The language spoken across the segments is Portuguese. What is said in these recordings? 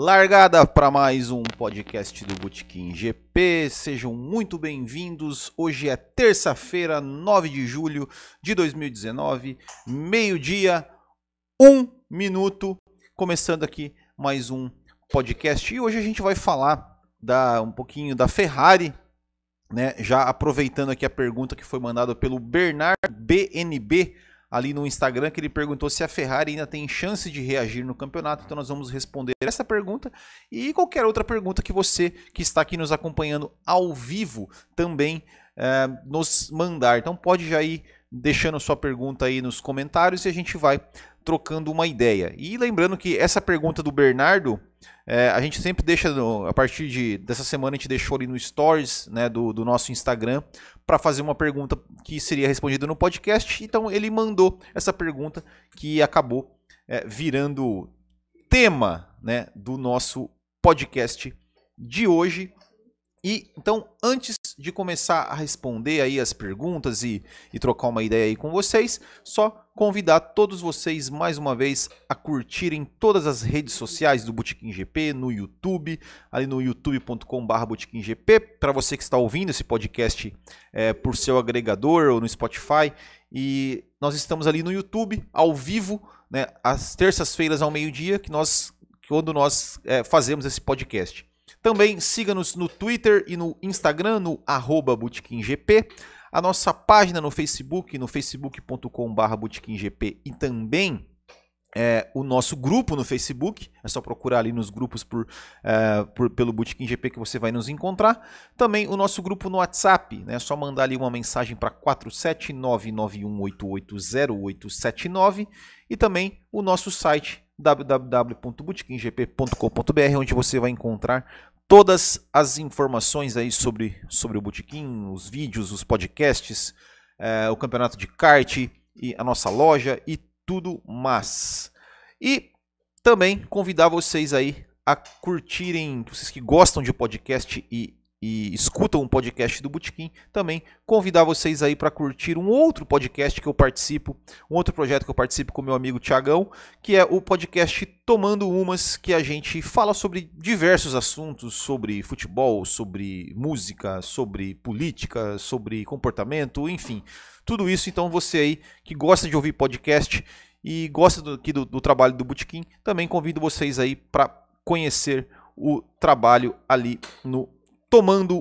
Largada para mais um podcast do Botequim GP, sejam muito bem-vindos. Hoje é terça-feira, 9 de julho de 2019, meio-dia, 1 minuto, começando aqui mais um podcast. E hoje a gente vai falar um pouquinho da Ferrari, né? Já aproveitando aqui a pergunta que foi mandada pelo Bernard BNB, ali no Instagram, que ele perguntou se a Ferrari ainda tem chance de reagir no campeonato. Então nós vamos responder essa pergunta e qualquer outra pergunta que você que está aqui nos acompanhando ao vivo também nos mandar. Então pode já ir deixando sua pergunta aí nos comentários e a gente vai trocando uma ideia. E lembrando que essa pergunta do Bernardo, a gente sempre deixa, a partir dessa semana a gente deixou ali no Stories, né, do nosso Instagram, para fazer uma pergunta que seria respondida no podcast. Então ele mandou essa pergunta que acabou virando tema, né, do nosso podcast de hoje. E então, antes de começar a responder aí as perguntas e trocar uma ideia aí com vocês, só convidar todos vocês mais uma vez a curtirem todas as redes sociais do Botequim GP, no YouTube, ali no youtube.com/botequimgp, para você que está ouvindo esse podcast por seu agregador ou no Spotify. E nós estamos ali no YouTube, ao vivo, né, às terças-feiras ao meio-dia, quando nós fazemos esse podcast. Também siga-nos no Twitter e no Instagram, no @botequimgp, a nossa página no Facebook, no facebook.com/botequimgp, e também o nosso grupo no Facebook. É só procurar ali nos grupos pelo Botequim GP que você vai nos encontrar. Também o nosso grupo no WhatsApp, né? É só mandar ali uma mensagem para 47991880879, e também o nosso site www.botequimgp.com.br, onde você vai encontrar todas as informações aí sobre o Botequim, os vídeos, os podcasts, o campeonato de kart e a nossa loja e tudo mais. E também convidar vocês aí a curtirem, vocês que gostam de podcast e escutam um podcast do Botequim, também convidar vocês aí para curtir um outro podcast que eu participo, um outro projeto que eu participo com meu amigo Thiagão, que é o podcast Tomando Umas, que a gente fala sobre diversos assuntos, sobre futebol, sobre música, sobre política, sobre comportamento, enfim, tudo isso. Então você aí que gosta de ouvir podcast e gosta do trabalho do Botequim, também convido vocês aí para conhecer o trabalho ali no Tomando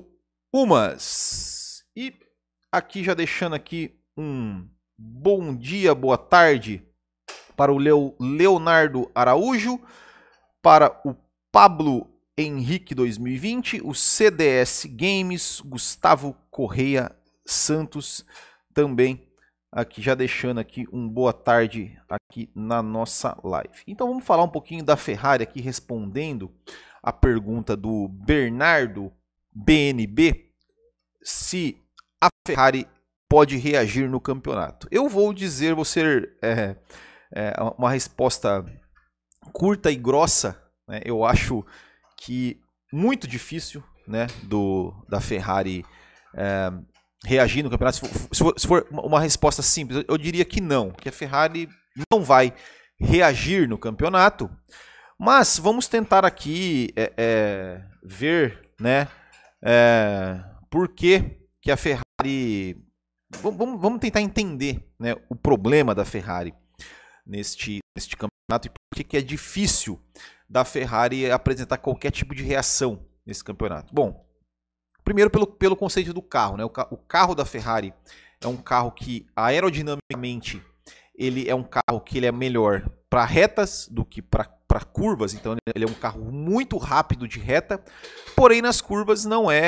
Umas. E aqui já deixando aqui um bom dia, boa tarde para o Leonardo Araújo, para o Pablo Henrique 2020, o CDS Games, Gustavo Correia Santos, também aqui já deixando aqui um boa tarde aqui na nossa live. Então vamos falar um pouquinho da Ferrari aqui, respondendo a pergunta do Bernardo BNB, se a Ferrari pode reagir no campeonato. Eu vou dizer, vou ser uma resposta curta e grossa, né? Eu acho que muito difícil, né, da Ferrari reagir no campeonato. Se for uma resposta simples, eu diria que não, que a Ferrari não vai reagir no campeonato. Mas vamos tentar aqui ver, né, por que a Ferrari... Vamos tentar entender, né, o problema da Ferrari neste campeonato e por que é difícil da Ferrari apresentar qualquer tipo de reação nesse campeonato. Bom, primeiro pelo conceito do carro, né? O carro da Ferrari é um carro que aerodinamicamente ele é um carro que ele é melhor para retas do que para curvas. Então ele é um carro muito rápido de reta, porém nas curvas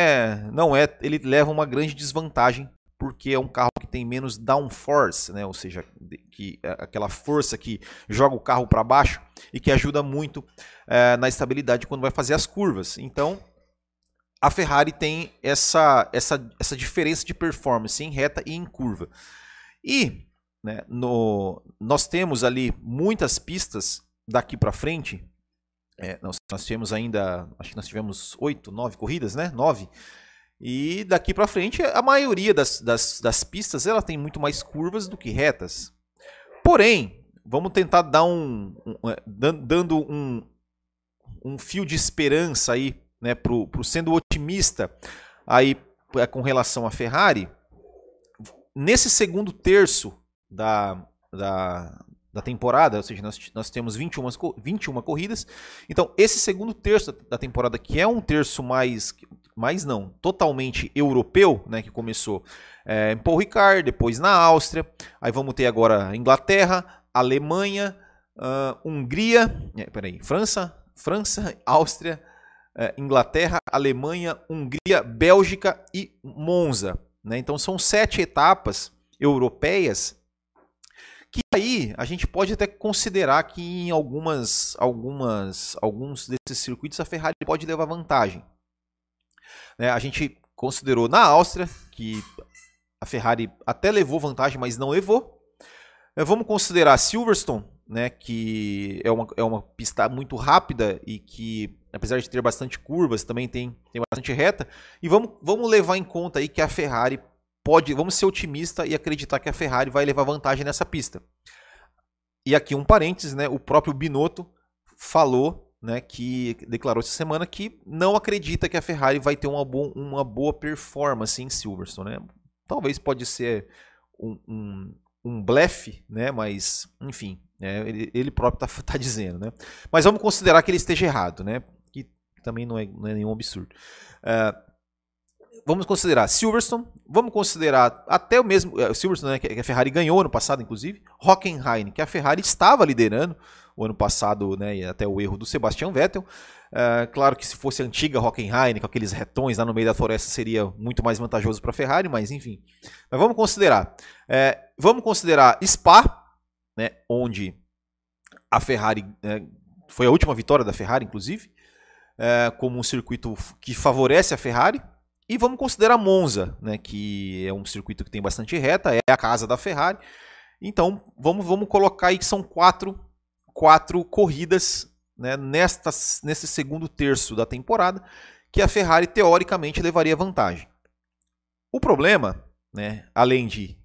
ele leva uma grande desvantagem, porque é um carro que tem menos downforce, né? Ou seja, aquela força que joga o carro para baixo e que ajuda muito na estabilidade quando vai fazer as curvas. Então a Ferrari tem essa diferença de performance em reta e em curva. E, né, nós temos ali muitas pistas daqui para frente. Nós tivemos ainda, acho que nós tivemos 8, 9 corridas, né? 9. E daqui para frente, a maioria das pistas ela tem muito mais curvas do que retas. Porém, vamos tentar dar dando um fio de esperança aí, né, sendo otimista aí com relação à Ferrari, nesse segundo terço da temporada, ou seja, nós temos 21 corridas, então esse segundo terço da temporada, que é um terço totalmente europeu, né, que começou em Paul Ricard, depois na Áustria, aí vamos ter agora Inglaterra, Alemanha, Hungria, França, Áustria, Inglaterra, Alemanha, Hungria, Bélgica e Monza, né? Então são 7 etapas europeias que aí a gente pode até considerar que em alguns desses circuitos a Ferrari pode levar vantagem. Né? A gente considerou na Áustria que a Ferrari até levou vantagem, mas não levou. Vamos considerar Silverstone, né, que é uma pista muito rápida e que, apesar de ter bastante curvas, também tem bastante reta. E vamos levar em conta aí que a Ferrari vamos ser otimista e acreditar que a Ferrari vai levar vantagem nessa pista. E aqui um parênteses, né, o próprio Binotto falou, né, que declarou essa semana que não acredita que a Ferrari vai ter uma boa performance em Silverstone. Né? Talvez pode ser um blefe, né, mas enfim, ele próprio tá dizendo. Né? Mas vamos considerar que ele esteja errado, né, que também não é nenhum absurdo. Vamos considerar Silverstone, vamos considerar até o mesmo Silverstone, né, que a Ferrari ganhou ano passado, inclusive, Hockenheim, que a Ferrari estava liderando o ano passado, né, até o erro do Sebastian Vettel. Claro que se fosse a antiga Hockenheim, com aqueles retões lá no meio da floresta, seria muito mais vantajoso para a Ferrari, mas enfim. Mas vamos considerar Spa, né, onde a Ferrari foi a última vitória da Ferrari, inclusive, como um circuito que favorece a Ferrari. E vamos considerar Monza, né, que é um circuito que tem bastante reta, é a casa da Ferrari. Então, vamos colocar aí que são quatro corridas, né, nesse segundo terço da temporada, que a Ferrari teoricamente levaria vantagem. O problema, né, além de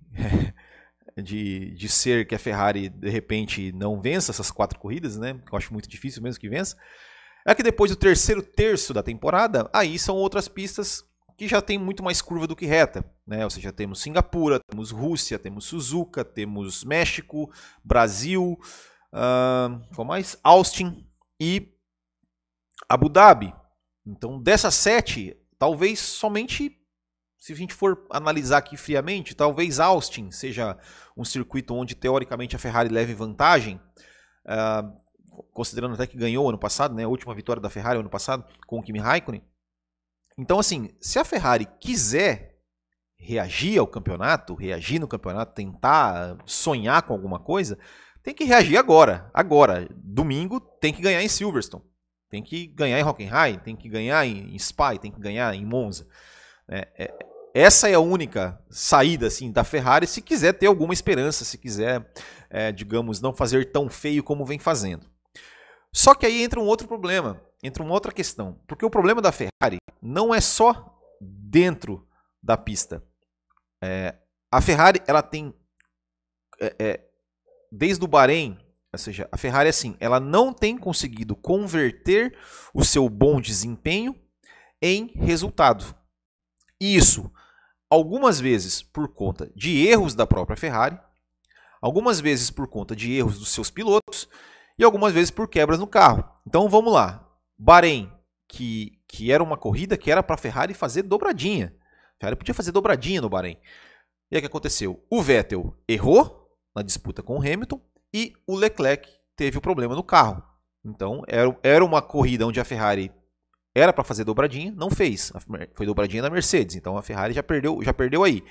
ser que a Ferrari de repente não vença essas 4 corridas, né, que eu acho muito difícil mesmo que vença, é que depois do terceiro terço da temporada, aí são outras pistas que já tem muito mais curva do que reta, né? Ou seja, temos Singapura, temos Rússia, temos Suzuka, temos México, Brasil, qual mais? Austin e Abu Dhabi. Então, dessas 7, talvez somente, se a gente for analisar aqui friamente, talvez Austin seja um circuito onde teoricamente a Ferrari leve vantagem, considerando até que ganhou ano passado, né? A última vitória da Ferrari ano passado com o Kimi Raikkonen. Então, assim, se a Ferrari quiser reagir no campeonato, tentar sonhar com alguma coisa, tem que reagir agora. Agora, domingo, tem que ganhar em Silverstone, tem que ganhar em Hockenheim, tem que ganhar em Spa, tem que ganhar em Monza. Essa é a única saída assim, da Ferrari, se quiser ter alguma esperança, se quiser, digamos, não fazer tão feio como vem fazendo. Só que aí entra um outro problema, entra uma outra questão. Porque o problema da Ferrari não é só dentro da pista. A Ferrari, ela tem, desde o Bahrein, ou seja, a Ferrari assim, ela não tem conseguido converter o seu bom desempenho em resultado. Isso, algumas vezes por conta de erros da própria Ferrari, algumas vezes por conta de erros dos seus pilotos, e algumas vezes por quebras no carro. Então vamos lá. Bahrein, que era uma corrida que era para a Ferrari fazer dobradinha. A Ferrari podia fazer dobradinha no Bahrein. E aí o que aconteceu? O Vettel errou na disputa com o Hamilton e o Leclerc teve o problema no carro. Então era uma corrida onde a Ferrari era para fazer dobradinha, não fez. Foi dobradinha na Mercedes. Então a Ferrari já perdeu aí.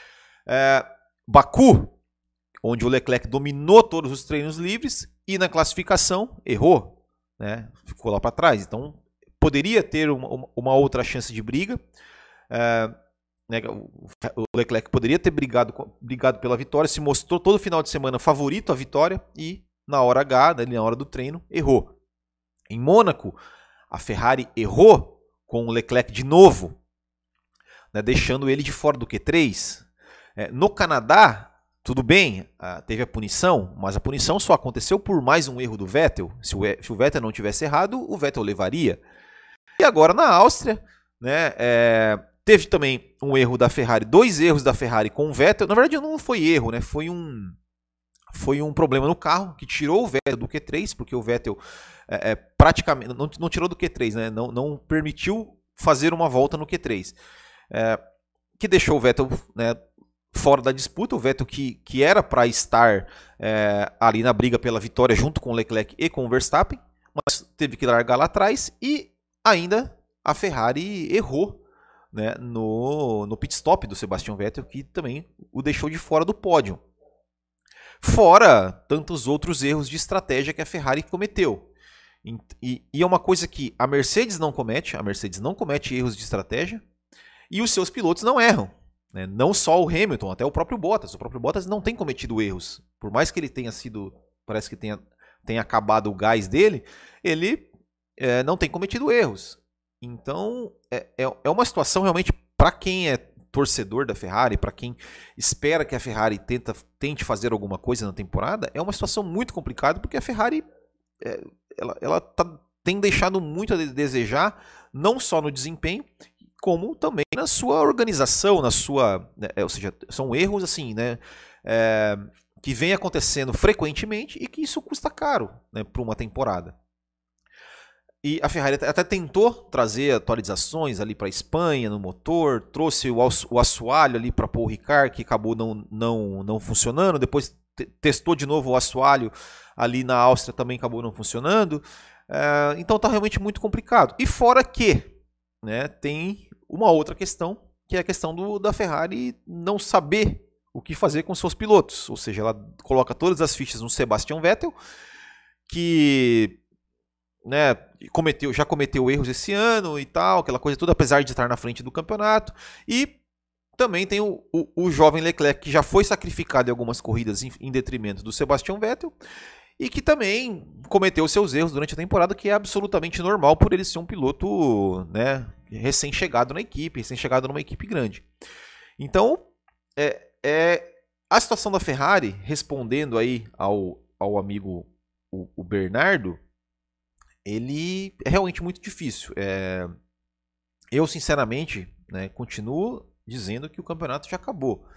Baku, onde o Leclerc dominou todos os treinos livres e na classificação errou, né? Ficou lá para trás. Então poderia ter uma outra chance de briga. Né? O Leclerc poderia ter brigado pela vitória, se mostrou todo final de semana favorito à vitória e na hora H, na hora do treino, errou. Em Mônaco, a Ferrari errou com o Leclerc de novo, né? Deixando ele de fora do Q3. No Canadá, tudo bem, teve a punição, mas a punição só aconteceu por mais um erro do Vettel. Se o Vettel não tivesse errado, o Vettel levaria. E agora na Áustria, né, teve também um erro da Ferrari, 2 erros da Ferrari com o Vettel. Na verdade não foi erro, né, foi um problema no carro que tirou o Vettel do Q3, porque o Vettel praticamente não tirou do Q3, né, não permitiu fazer uma volta no Q3. Que deixou o Vettel, né, fora da disputa, o Vettel que era para estar ali na briga pela vitória junto com o Leclerc e com o Verstappen, mas teve que largar lá atrás e ainda a Ferrari errou, né, no pit stop do Sebastian Vettel, que também o deixou de fora do pódio. Fora tantos outros erros de estratégia que a Ferrari cometeu. E é uma coisa que a Mercedes não comete erros de estratégia e os seus pilotos não erram. Né? Não só o Hamilton, até o próprio Bottas. O próprio Bottas não tem cometido erros. Por mais que ele tenha sido, parece que tenha acabado o gás dele, ele não tem cometido erros. Então é uma situação realmente para quem é torcedor da Ferrari, para quem espera que a Ferrari tente fazer alguma coisa na temporada, é uma situação muito complicada, porque a Ferrari ela tem deixado muito a desejar, não só no desempenho, como também na sua organização, ou seja, são erros assim, né, que vem acontecendo frequentemente e que isso custa caro, né, para uma temporada. E a Ferrari até tentou trazer atualizações ali para a Espanha no motor, trouxe o assoalho ali para Paul Ricard, que acabou não funcionando, depois testou de novo o assoalho ali na Áustria, também acabou não funcionando. Então está realmente muito complicado. E fora que, né, tem uma outra questão, que é a questão da Ferrari não saber o que fazer com seus pilotos. Ou seja, ela coloca todas as fichas no Sebastian Vettel, que, né, já cometeu erros esse ano e tal, aquela coisa toda, apesar de estar na frente do campeonato. E também tem o jovem Leclerc, que já foi sacrificado em algumas corridas em detrimento do Sebastian Vettel, e que também cometeu seus erros durante a temporada, que é absolutamente normal por ele ser um piloto, né, recém-chegado na equipe, recém-chegado numa equipe grande. Então, a situação da Ferrari, respondendo aí ao amigo o Bernardo, ele é realmente muito difícil. Eu, sinceramente, né, continuo dizendo que o campeonato já acabou.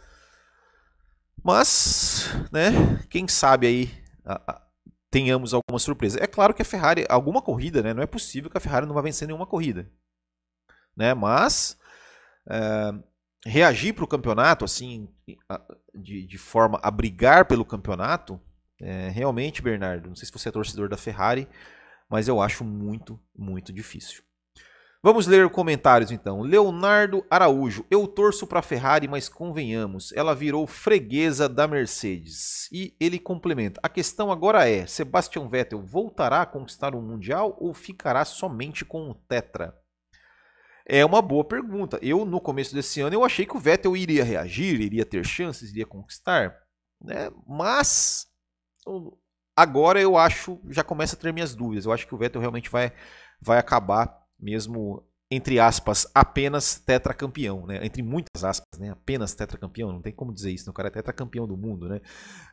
Mas, né, quem sabe aí tenhamos alguma surpresa. É claro que a Ferrari, alguma corrida, né, não é possível que a Ferrari não vá vencer nenhuma corrida. Né, mas reagir para o campeonato assim, de forma a brigar pelo campeonato, realmente, Bernardo, não sei se você é torcedor da Ferrari, mas eu acho muito, muito difícil. Vamos ler comentários então. Leonardo Araújo. Eu torço para a Ferrari, mas convenhamos, ela virou freguesa da Mercedes. E ele complementa. A questão agora é, Sebastian Vettel voltará a conquistar o Mundial ou ficará somente com o Tetra? É uma boa pergunta. Eu, no começo desse ano, eu achei que o Vettel iria reagir, iria ter chances, iria conquistar. Né? Mas agora eu acho, já começa a ter minhas dúvidas. Eu acho que o Vettel realmente vai acabar mesmo, entre aspas, apenas tetracampeão, né? Entre muitas aspas, né? Apenas tetracampeão, não tem como dizer isso, né? O cara é tetracampeão do mundo, né?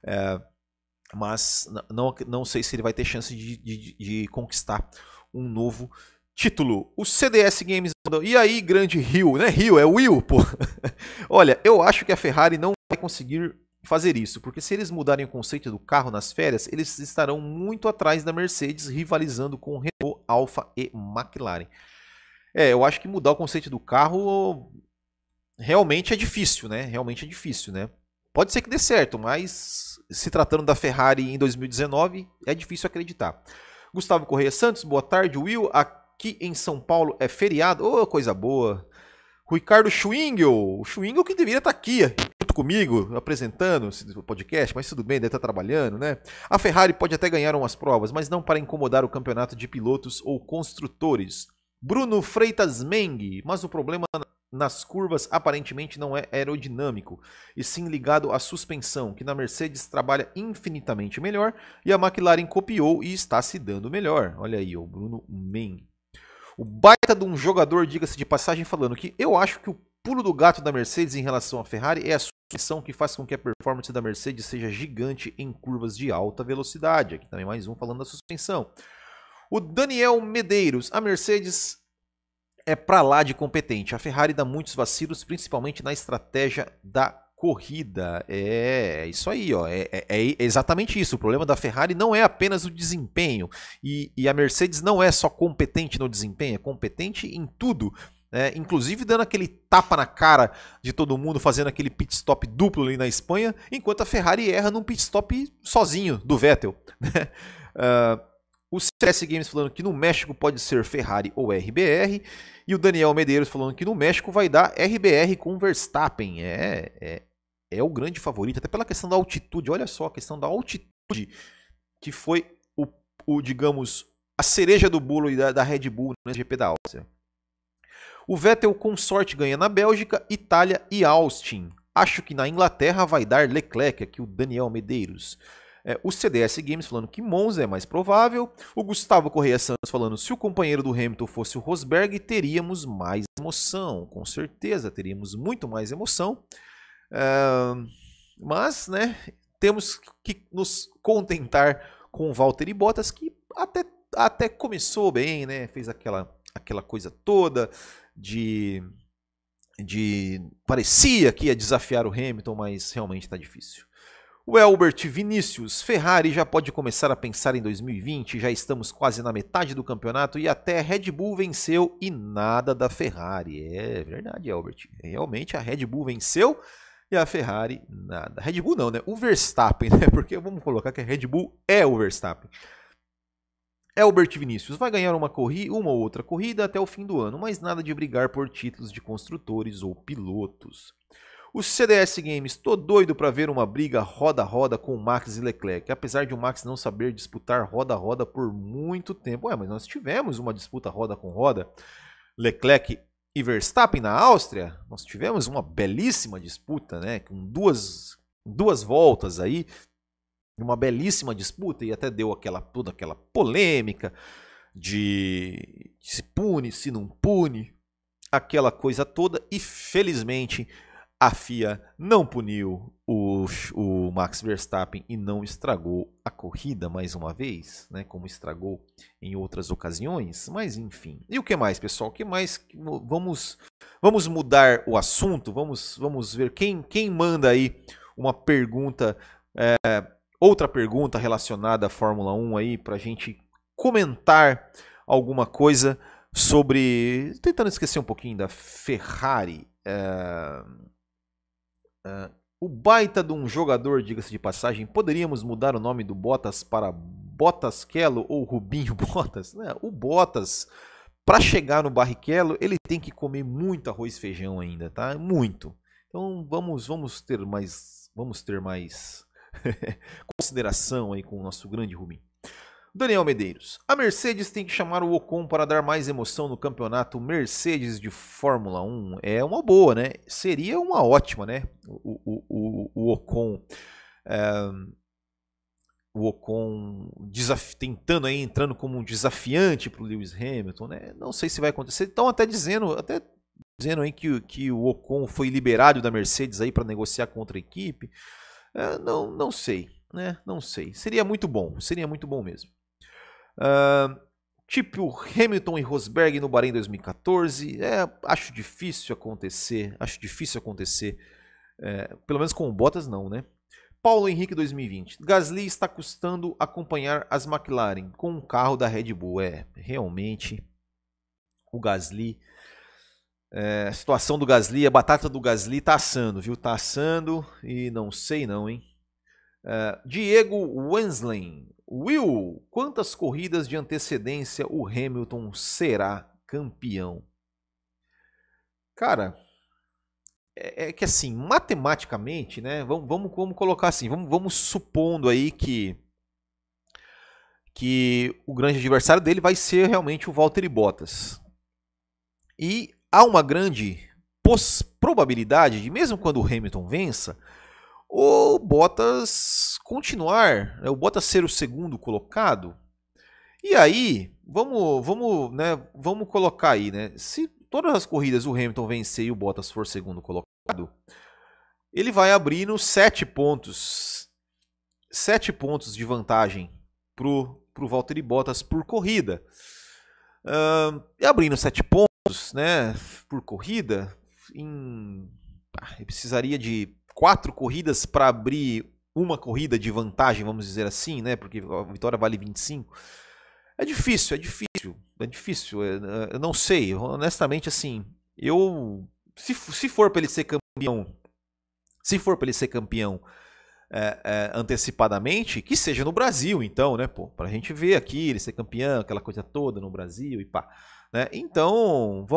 Mas não sei se ele vai ter chance de conquistar um novo título. O CDS Games mandou, e aí, grande Rio, né? Rio, é o Will, pô. Olha, eu acho que a Ferrari não vai conseguir fazer isso, porque se eles mudarem o conceito do carro nas férias, eles estarão muito atrás da Mercedes, rivalizando com Renault, Alfa e McLaren. Eu acho que mudar o conceito do carro realmente é difícil, né? Realmente é difícil, né? Pode ser que dê certo, mas se tratando da Ferrari em 2019, é difícil acreditar. Gustavo Correia Santos, boa tarde. Will, aqui em São Paulo é feriado. Oh, coisa boa. Ricardo Schwingel, o Schwingel que deveria estar aqui junto comigo, apresentando o podcast, mas tudo bem, deve estar trabalhando, né? A Ferrari pode até ganhar umas provas, mas não para incomodar o campeonato de pilotos ou construtores. Bruno Freitas Meng, mas o problema nas curvas aparentemente não é aerodinâmico, e sim ligado à suspensão, que na Mercedes trabalha infinitamente melhor, e a McLaren copiou e está se dando melhor. Olha aí, o Bruno Meng. O baita de um jogador, diga-se de passagem, falando que eu acho que o pulo do gato da Mercedes em relação à Ferrari é a suspensão que faz com que a performance da Mercedes seja gigante em curvas de alta velocidade. Aqui também mais um falando da suspensão. O Daniel Medeiros, a Mercedes é pra lá de competente. A Ferrari dá muitos vacilos, principalmente na estratégia da corrida. É isso aí, ó. É exatamente isso. O problema da Ferrari não é apenas o desempenho. E a Mercedes não é só competente no desempenho, é competente em tudo. Inclusive dando aquele tapa na cara de todo mundo, fazendo aquele pit stop duplo ali na Espanha, enquanto a Ferrari erra num pit stop sozinho do Vettel. O CS Games falando que no México pode ser Ferrari ou RBR. E o Daniel Medeiros falando que no México vai dar RBR com Verstappen. É o grande favorito, até pela questão da altitude. Olha só, a questão da altitude, que foi, digamos, a cereja do bolo da Red Bull no GP da Áustria. O Vettel com sorte ganha na Bélgica, Itália e Austin. Acho que na Inglaterra vai dar Leclerc, aqui o Daniel Medeiros. O CDS Games falando que Monza é mais provável. O Gustavo Correia Santos falando se o companheiro do Hamilton fosse o Rosberg, teríamos mais emoção. Com certeza, teríamos muito mais emoção. Mas, né, temos que nos contentar com o Valtteri Bottas, que até começou bem, né? Fez aquela coisa toda parecia que ia desafiar o Hamilton, mas realmente está difícil. O Elbert Vinícius, Ferrari já pode começar a pensar em 2020, já estamos quase na metade do campeonato e até a Red Bull venceu e nada da Ferrari. É verdade, Elbert. Realmente a Red Bull venceu e a Ferrari nada. Red Bull não, né? O Verstappen, né? Porque vamos colocar que a Red Bull é o Verstappen. Elbert Vinícius vai ganhar uma ou outra corrida até o fim do ano, mas nada de brigar por títulos de construtores ou pilotos. O CDS Games, tô doido para ver uma briga roda a roda com o Max e Leclerc, apesar de o Max não saber disputar roda a roda por muito tempo. Mas nós tivemos uma disputa roda com roda, Leclerc e Verstappen na Áustria, nós tivemos uma belíssima disputa, né, com duas voltas aí, uma belíssima disputa e até deu toda aquela polêmica de se pune, se não pune, aquela coisa toda e felizmente a FIA não puniu o Max Verstappen e não estragou a corrida mais uma vez, né, como estragou em outras ocasiões, mas enfim. E o que mais, pessoal? O que mais? Vamos mudar o assunto, vamos ver quem manda aí uma pergunta, outra pergunta relacionada à Fórmula 1 aí, para a gente comentar alguma coisa sobre, tentando esquecer um pouquinho da Ferrari. O baita de um jogador, diga-se de passagem, poderíamos mudar o nome do Bottas para Bottascello ou Rubinho Bottas? O Bottas, para chegar no Barrichello, ele tem que comer muito arroz e feijão ainda, tá? Muito. Então vamos ter mais consideração aí com o nosso grande Rubinho. Daniel Medeiros. A Mercedes tem que chamar o Ocon para dar mais emoção no campeonato Mercedes de Fórmula 1. É uma boa, né? Seria uma ótima, né? O Ocon... o Ocon tentando aí, entrando como um desafiante para o Lewis Hamilton, né? Não sei se vai acontecer. Estão até dizendo aí que o Ocon foi liberado da Mercedes aí para negociar com outra equipe. Não sei, né? Não sei. Seria muito bom mesmo. Tipo Hamilton e Rosberg no Bahrein 2014, acho difícil acontecer, pelo menos com o Bottas não, né? Paulo Henrique 2020, Gasly está custando acompanhar as McLaren com um carro da Red Bull. Realmente o Gasly, a situação do Gasly, a batata do Gasly tá assando, viu? Tá assando e não sei não, hein? Diego Wensley, Will, quantas corridas de antecedência o Hamilton será campeão? Cara, é que assim, matematicamente, né? Vamos colocar assim, vamos supondo aí que o grande adversário dele vai ser realmente o Valtteri Bottas. E há uma grande probabilidade de, mesmo quando o Hamilton vença, o Bottas continuar, o Bottas ser o segundo colocado. E aí, vamos colocar aí, né? Se todas as corridas o Hamilton vencer e o Bottas for segundo colocado, ele vai abrindo 7 pontos. 7 pontos de vantagem pro Valtteri Bottas por corrida. Abrindo 7 pontos, né, por corrida, ele precisaria de 4 corridas para abrir uma corrida de vantagem, vamos dizer assim, né, porque a vitória vale 25. É difícil. Eu não sei, honestamente, assim, se for para ele ser campeão, antecipadamente, que seja no Brasil, então, né, pô, pra gente ver aqui ele ser campeão, aquela coisa toda no Brasil e pá, né? Então,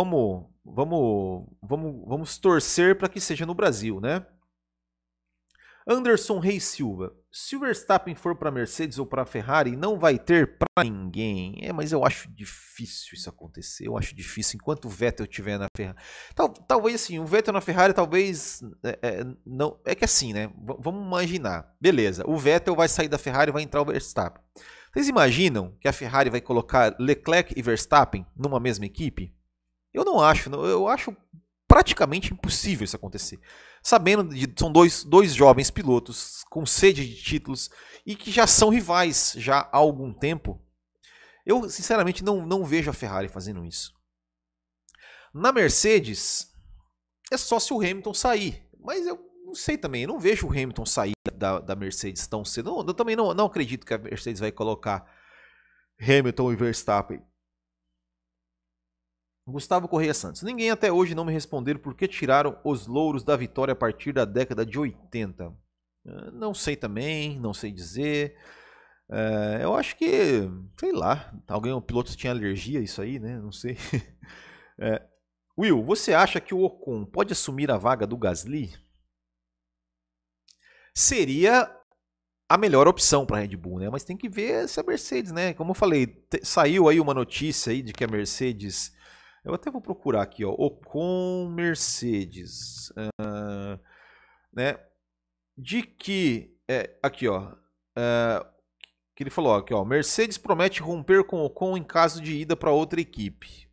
vamos torcer para que seja no Brasil, né? Anderson Reis Silva. Se o Verstappen for para Mercedes ou para Ferrari, não vai ter para ninguém. Mas eu acho difícil isso acontecer. Eu acho difícil enquanto o Vettel estiver na Ferrari. Talvez assim, o Vettel na Ferrari talvez não. É que assim, né? Vamos imaginar. Beleza, o Vettel vai sair da Ferrari e vai entrar o Verstappen. Vocês imaginam que a Ferrari vai colocar Leclerc e Verstappen numa mesma equipe? Eu não acho. Eu acho praticamente impossível isso acontecer. Sabendo que são dois jovens pilotos com sede de títulos e que já são rivais já há algum tempo. Eu, sinceramente, não vejo a Ferrari fazendo isso. Na Mercedes, é só se o Hamilton sair. Mas eu não sei também, eu não vejo o Hamilton sair da Mercedes tão cedo. Eu também não acredito que a Mercedes vai colocar Hamilton e Verstappen. Gustavo Correia Santos. Ninguém até hoje não me respondeu por que tiraram os louros da vitória a partir da década de 80. Não sei também, não sei dizer. Eu acho que, sei lá, um piloto tinha alergia a isso aí, né? Não sei. Will, você acha que o Ocon pode assumir a vaga do Gasly? Seria a melhor opção para a Red Bull, né? Mas tem que ver se a Mercedes, né? Como eu falei, saiu aí uma notícia aí de que a Mercedes... Eu até vou procurar aqui, ó, Ocon Mercedes, né? De que aqui, ó, que ele falou aqui, ó, Mercedes promete romper com Ocon em caso de ida para outra equipe.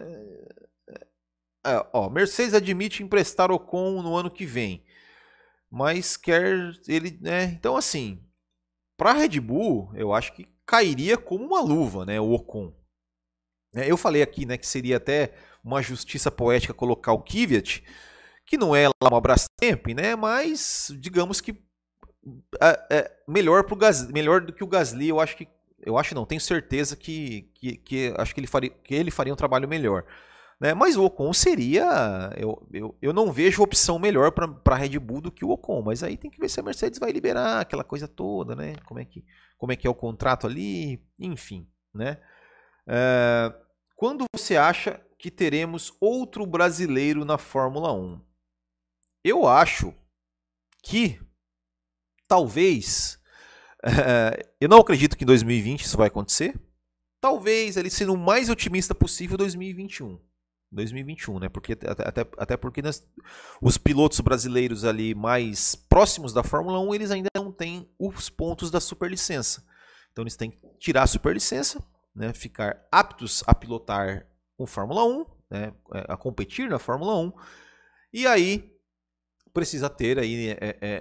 Mercedes admite emprestar Ocon no ano que vem, mas quer ele, né? Então assim, para a Red Bull, eu acho que cairia como uma luva, né? O Ocon. Eu falei aqui, né, que seria até uma justiça poética colocar o Kvyat, que não é lá uma Brastemp, né, mas digamos que melhor do que o Gasly, tenho certeza que acho que ele faria um trabalho melhor, né? Mas o Ocon seria, eu não vejo opção melhor para a Red Bull do que o Ocon, mas aí tem que ver se a Mercedes vai liberar aquela coisa toda, né? Como é que é o contrato ali, enfim, né? Quando você acha que teremos outro brasileiro na Fórmula 1? Eu acho que talvez, eu não acredito que em 2020 isso vai acontecer. Talvez, ele sendo o mais otimista possível, 2021. 2021, né? Porque, até porque os pilotos brasileiros ali mais próximos da Fórmula 1, eles ainda não têm os pontos da superlicença. Então eles têm que tirar a superlicença, né, ficar aptos a pilotar o Fórmula 1, né, a competir na Fórmula 1, e aí precisa ter aí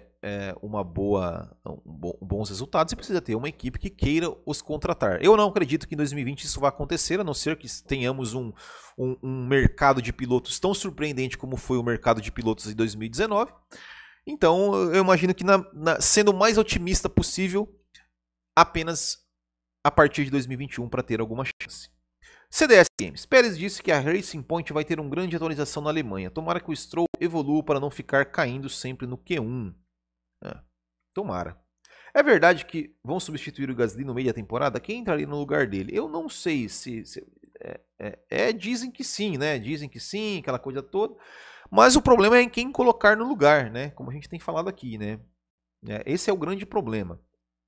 bons resultados e precisa ter uma equipe que queira os contratar. Eu não acredito que em 2020 isso vai acontecer, a não ser que tenhamos um mercado de pilotos tão surpreendente como foi o mercado de pilotos em 2019. Então eu imagino que sendo o mais otimista possível, apenas a partir de 2021 para ter alguma chance. CDS Games. Pérez disse que a Racing Point vai ter uma grande atualização na Alemanha. Tomara que o Stroll evolua para não ficar caindo sempre no Q1. Tomara. É verdade que vão substituir o Gasly no meio da temporada? Quem entraria no lugar dele? Eu não sei se dizem que sim, né? Dizem que sim, aquela coisa toda. Mas o problema é em quem colocar no lugar, né? Como a gente tem falado aqui, né? Esse é o grande problema.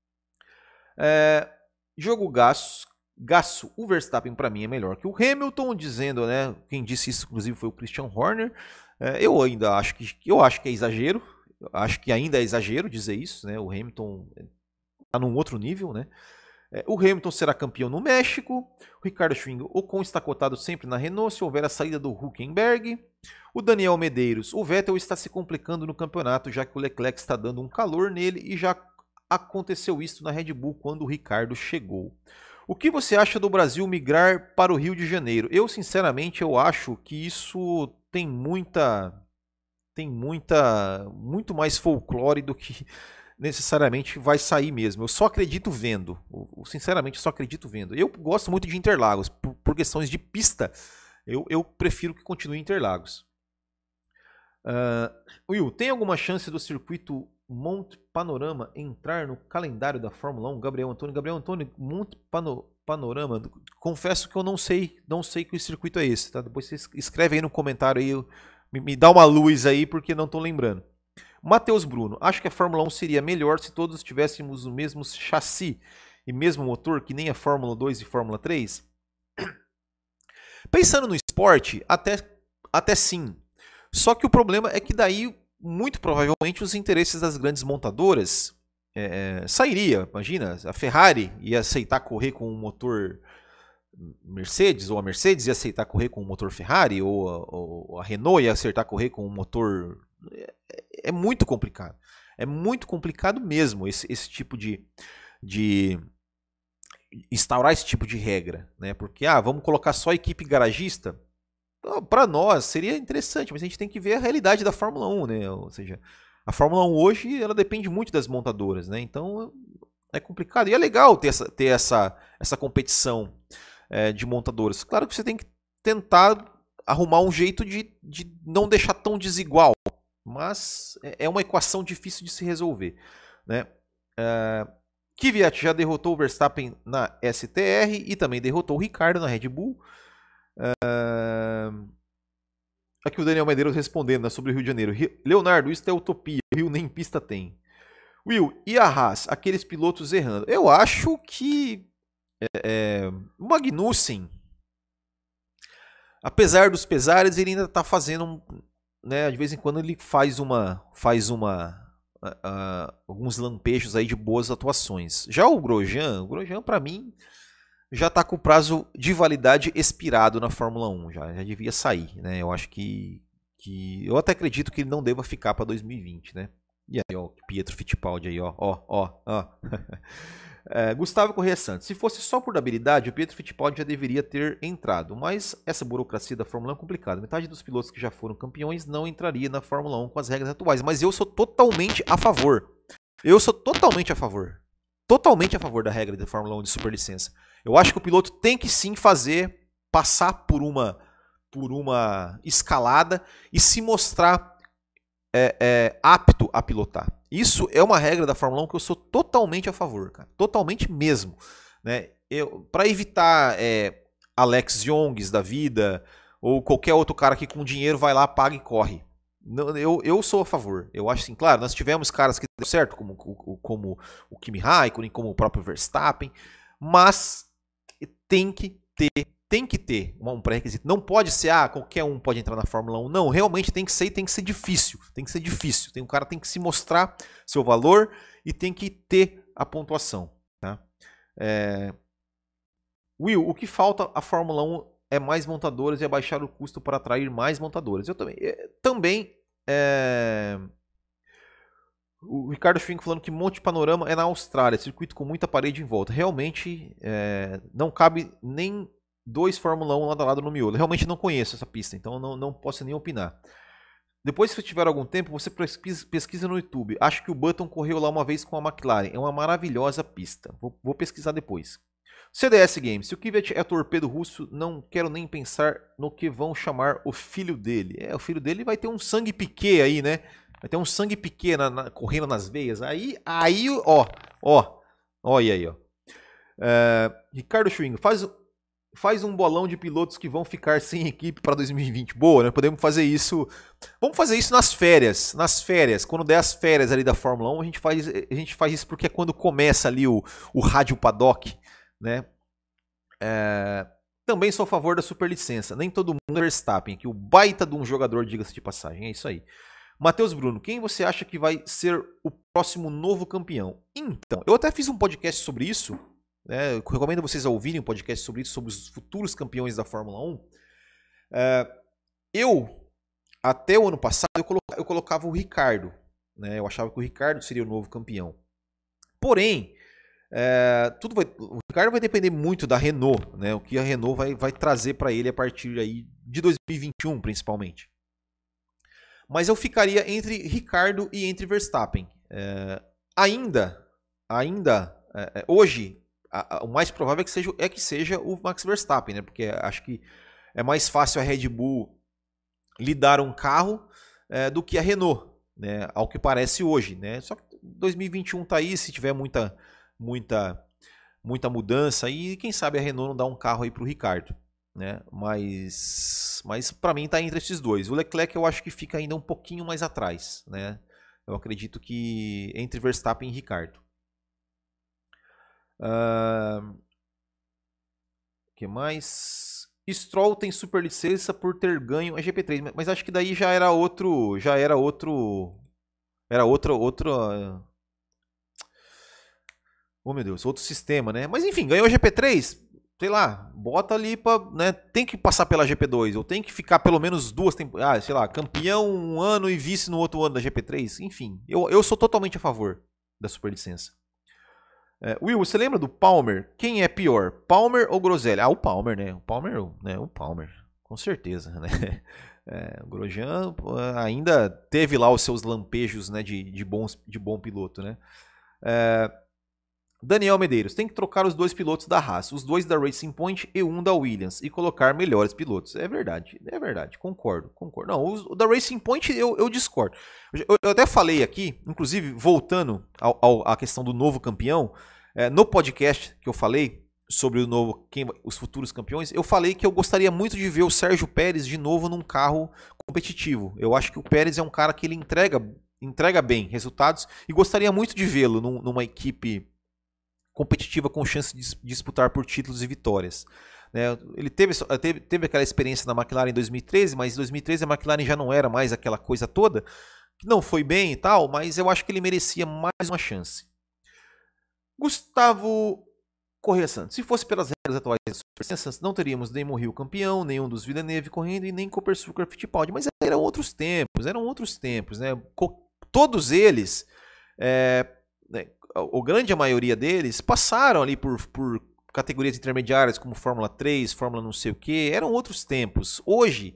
Jogo Gasso, o Verstappen para mim é melhor que o Hamilton, dizendo, né? Quem disse isso, inclusive, foi o Christian Horner. Eu ainda acho que é exagero. Acho que ainda é exagero dizer isso, né? O Hamilton está num outro nível, né? O Hamilton será campeão no México. O Ricardo Schwing, Ocon está cotado sempre na Renault se houver a saída do Hülkenberg. O Daniel Medeiros, o Vettel está se complicando no campeonato, já que o Leclerc está dando um calor nele e já aconteceu isso na Red Bull quando o Ricardo chegou. O que você acha do Brasil migrar para o Rio de Janeiro? Eu, sinceramente, eu acho que isso tem muito mais folclore do que necessariamente vai sair mesmo. Eu só acredito vendo. Sinceramente, só acredito vendo. Eu gosto muito de Interlagos. Por questões de pista, eu prefiro que continue em Interlagos. Will, tem alguma chance do circuito Monte Panorama entrar no calendário da Fórmula 1? Gabriel Antônio, Monte Panorama, confesso que eu não sei que circuito é esse, tá? Depois você escreve aí no comentário aí, me dá uma luz aí, porque não estou lembrando. Matheus Bruno, acho que a Fórmula 1 seria melhor se todos tivéssemos o mesmo chassi e mesmo motor, que nem a Fórmula 2 e Fórmula 3? Pensando no esporte, até sim. Só que o problema é que daí, muito provavelmente, os interesses das grandes montadoras sairia. Imagina, a Ferrari ia aceitar correr com um motor Mercedes, ou a Mercedes ia aceitar correr com um motor Ferrari, ou a Renault ia aceitar correr com um motor... É muito complicado. É muito complicado mesmo esse tipo de instaurar esse tipo de regra, né? Porque vamos colocar só equipe garagista. Para nós seria interessante, mas a gente tem que ver a realidade da Fórmula 1, né? Ou seja, a Fórmula 1 hoje ela depende muito das montadoras, né? Então é complicado. E é legal ter essa competição de montadoras. Claro que você tem que tentar arrumar um jeito de não deixar tão desigual, mas é uma equação difícil de se resolver, né? Kvyat já derrotou o Verstappen na STR e também derrotou o Ricardo na Red Bull. Aqui o Daniel Medeiros respondendo, né, sobre o Rio de Janeiro. Leonardo, isso é utopia. O Rio nem pista tem. Will, e a Haas? Aqueles pilotos errando. Eu acho que o Magnussen, apesar dos pesares, ele ainda está fazendo, né, de vez em quando ele faz alguns lampejos aí de boas atuações. Já o Grosjean para mim já está com o prazo de validade expirado na Fórmula 1, já devia sair, né? Eu acho que eu até acredito que ele não deva ficar para 2020, né? E aí, ó, Pietro Fittipaldi aí, ó. Gustavo Corrêa Santos. Se fosse só por habilidade, o Pietro Fittipaldi já deveria ter entrado, mas essa burocracia da Fórmula 1 é complicada. Metade dos pilotos que já foram campeões não entraria na Fórmula 1 com as regras atuais, mas eu sou totalmente a favor. Totalmente a favor da regra da Fórmula 1 de superlicença. Eu acho que o piloto tem que sim passar por uma escalada e se mostrar apto a pilotar. Isso é uma regra da Fórmula 1 que eu sou totalmente a favor, cara. Totalmente mesmo, né? Para evitar Alex Youngs da vida ou qualquer outro cara que com dinheiro vai lá, paga e corre. Eu sou a favor. Eu acho assim, claro, nós tivemos caras que deu certo, como o Kimi Raikkonen, como o próprio Verstappen, mas tem que ter um pré-requisito. Não pode ser, qualquer um pode entrar na Fórmula 1. Não, realmente tem que ser difícil. O cara tem que se mostrar seu valor e tem que ter a pontuação. Tá? Will, o que falta à Fórmula 1 é mais montadoras e abaixar o custo para atrair mais montadoras. Eu também o Ricardo Schwing falando que Monte Panorama é na Austrália, circuito com muita parede em volta. Realmente não cabe nem 2 Fórmula 1 lado a lado no miolo. Realmente não conheço essa pista, então não posso nem opinar. Depois, se tiver algum tempo, você pesquisa no YouTube. Acho que o Button correu lá uma vez com a McLaren. É uma maravilhosa pista. Vou pesquisar depois. CDS Games. Se o Kvyat é torpedo russo, não quero nem pensar no que vão chamar o filho dele. O filho dele vai ter um sangue piquet aí, né? Vai ter um sangue piquet correndo nas veias. Aí, olha aí, ó. Ricardo Schwing, faz um bolão de pilotos que vão ficar sem equipe para 2020. Boa, né? Podemos fazer isso. Vamos fazer isso nas férias. Quando der as férias ali da Fórmula 1, a gente faz isso porque é quando começa ali o rádio paddock, né? Também sou a favor da superlicença. Nem todo mundo é Verstappen, que o baita de um jogador, diga-se de passagem. É isso aí. Matheus Bruno, quem você acha que vai ser o próximo novo campeão? Então, eu até fiz um podcast sobre isso. né? Eu recomendo vocês ouvirem um podcast sobre isso, sobre os futuros campeões da Fórmula 1. Eu, até o ano passado, eu colocava o Ricardo. Né? Eu achava que o Ricardo seria o novo campeão. Porém, o Ricardo vai depender muito da Renault, né? O que a Renault vai trazer para ele a partir aí de 2021, principalmente. Mas eu ficaria entre Ricardo e entre Verstappen. Hoje, o mais provável é que seja o Max Verstappen, né? Porque acho que é mais fácil a Red Bull lidar um carro do que a Renault, né? Ao que parece hoje, né? Só que 2021 tá aí, se tiver muita mudança aí, quem sabe a Renault não dá um carro aí pro Ricardo, né? Mas para mim tá entre esses dois. O Leclerc eu acho que fica ainda um pouquinho mais atrás, né? Eu acredito que entre Verstappen e Ricardo. Que mais? Stroll tem superlicença por ter ganho a GP3, mas acho que daí era outro. Oh meu Deus, outro sistema, né? Mas enfim, ganhou a GP3, sei lá, bota ali pra, né, tem que passar pela GP2, ou tem que ficar pelo menos 2 temporadas, sei lá, campeão um ano e vice no outro ano da GP3, enfim, eu sou totalmente a favor da superlicença. Will, você lembra do Palmer? Quem é pior, Palmer ou Groselha? O Palmer, né? O Palmer, com certeza, né? O Grosjean ainda teve lá os seus lampejos, né, de bom piloto, né? Daniel Medeiros, tem que trocar os 2 pilotos da Haas, os 2 da Racing Point e um da Williams, e colocar melhores pilotos. É verdade, concordo. Não, o da Racing Point eu discordo. Eu até falei aqui, inclusive voltando à questão do novo campeão, no podcast que eu falei sobre os futuros campeões, eu falei que eu gostaria muito de ver o Sérgio Pérez de novo num carro competitivo. Eu acho que o Pérez é um cara que ele entrega bem resultados e gostaria muito de vê-lo numa equipe competitiva com chance de disputar por títulos e vitórias. Ele teve aquela experiência na McLaren em 2013, mas em 2013 a McLaren já não era mais aquela coisa toda, que não foi bem e tal, mas eu acho que ele merecia mais uma chance. Gustavo Correia Santos, se fosse pelas regras atuais da Superlicença, não teríamos nem Morril campeão, nenhum dos Villeneuve correndo e nem Copersucar Fittipaldi, mas eram outros tempos, né? Todos eles, a grande maioria deles passaram ali por categorias intermediárias como Fórmula 3, Fórmula não sei o que, eram outros tempos. Hoje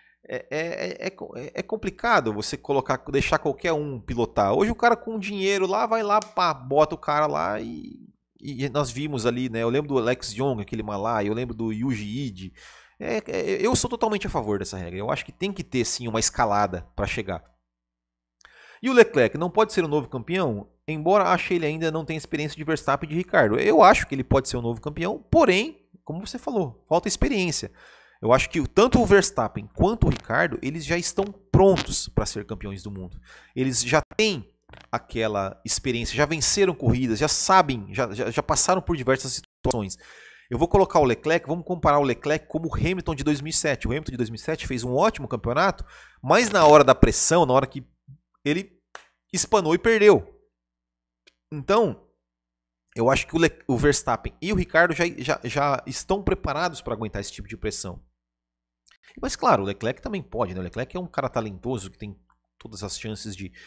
é complicado você deixar qualquer um pilotar. Hoje o cara com dinheiro lá, vai lá, pá, bota o cara lá e nós vimos ali, né? Eu lembro do Alex Young, aquele malai, eu lembro do Yuji Ide. Eu sou totalmente a favor dessa regra. Eu acho que tem que ter sim uma escalada para chegar. E o Leclerc não pode ser o novo campeão? Embora ache ele ainda não tenha experiência de Verstappen e de Ricardo. Eu acho que ele pode ser o novo campeão, porém, como você falou, falta experiência. Eu acho que tanto o Verstappen quanto o Ricardo, eles já estão prontos para ser campeões do mundo. Eles já têm aquela experiência, já venceram corridas, já sabem, já passaram por diversas situações. Eu vou colocar o Leclerc, vamos comparar o Leclerc como o Hamilton de 2007. O Hamilton de 2007 fez um ótimo campeonato, mas na hora da pressão, na hora que ele espanou e perdeu. Então, eu acho que o Verstappen e o Ricardo já estão preparados para aguentar esse tipo de pressão. Mas claro, o Leclerc também pode, né? O Leclerc é um cara talentoso que tem todas as chances de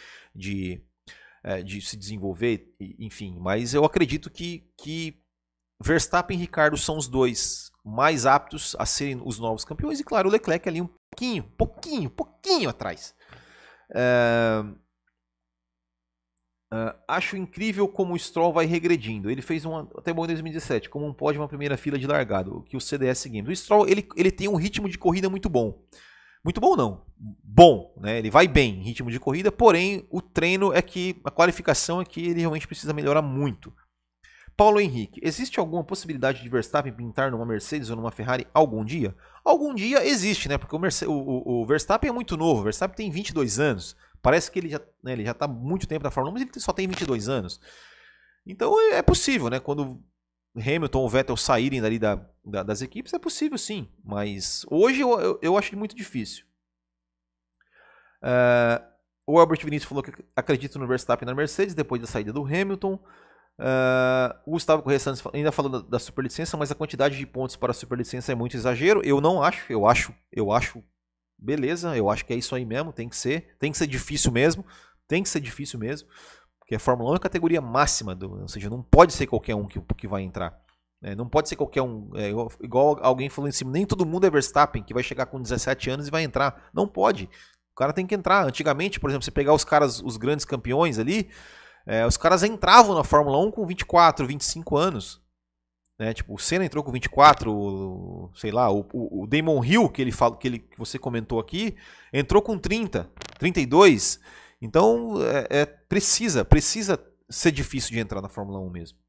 se desenvolver, enfim. Mas eu acredito que Verstappen e Ricardo são os dois mais aptos a serem os novos campeões. E claro, o Leclerc ali um pouquinho atrás. Acho incrível como o Stroll vai regredindo. Ele fez até bom em 2017, como um pódio uma primeira fila de largado, que o CDS Games. O Stroll ele tem um ritmo de corrida muito bom. Muito bom não, bom, né? Ele vai bem em ritmo de corrida, porém o treino a qualificação é que ele realmente precisa melhorar muito. Paulo Henrique, existe alguma possibilidade de Verstappen pintar numa Mercedes ou numa Ferrari algum dia? Algum dia existe, né? Porque o Verstappen é muito novo, o Verstappen tem 22 anos. Parece que ele já está há muito tempo na Fórmula 1, mas ele só tem 22 anos. Então é possível, né? Quando Hamilton ou Vettel saírem dali das equipes, é possível sim. Mas hoje eu acho muito difícil. O Albert Vinícius falou que acredita no Verstappen na Mercedes depois da saída do Hamilton. O Gustavo Corrêa Santos ainda falando da superlicença, mas a quantidade de pontos para a superlicença é muito exagero. Eu não acho, eu acho beleza, eu acho que é isso aí mesmo, tem que ser difícil mesmo, porque a Fórmula 1 é a categoria máxima, ou seja, não pode ser qualquer um que vai entrar. Não pode ser qualquer um, igual alguém falou em cima, nem todo mundo é Verstappen, que vai chegar com 17 anos e vai entrar. Não pode. O cara tem que entrar. Antigamente, por exemplo, você pegar os caras, os grandes campeões ali, os caras entravam na Fórmula 1 com 24, 25 anos. Tipo, o Senna entrou com 24, sei lá, o Damon Hill, que você comentou aqui, entrou com 30, 32. Então, precisa ser difícil de entrar na Fórmula 1 mesmo.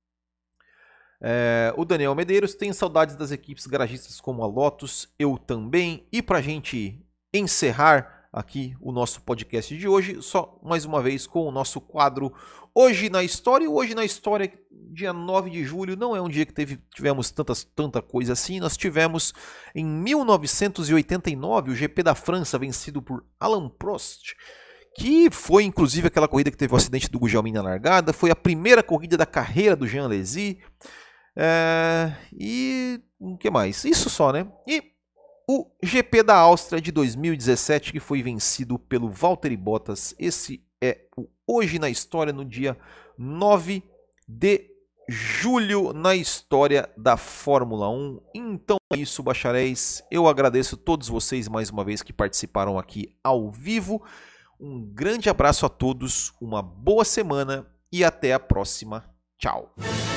O Daniel Medeiros tem saudades das equipes garagistas como a Lotus, eu também. E pra gente encerrar aqui o nosso podcast de hoje, só mais uma vez com o nosso quadro Hoje na História. E hoje na História, dia 9 de julho, não é um dia que tivemos tanta coisa assim. Nós tivemos em 1989 o GP da França vencido por Alain Prost, que foi inclusive aquela corrida que teve o acidente do Gugelmin na largada, foi a primeira corrida da carreira do Jean Alesi. E o que mais? Isso só, né? E o GP da Áustria de 2017, que foi vencido pelo Valtteri Bottas. Esse é o Hoje na História, no dia 9 de julho, na história da Fórmula 1. Então é isso, bacharéis. Eu agradeço a todos vocês mais uma vez que participaram aqui ao vivo. Um grande abraço a todos, uma boa semana e até a próxima. Tchau!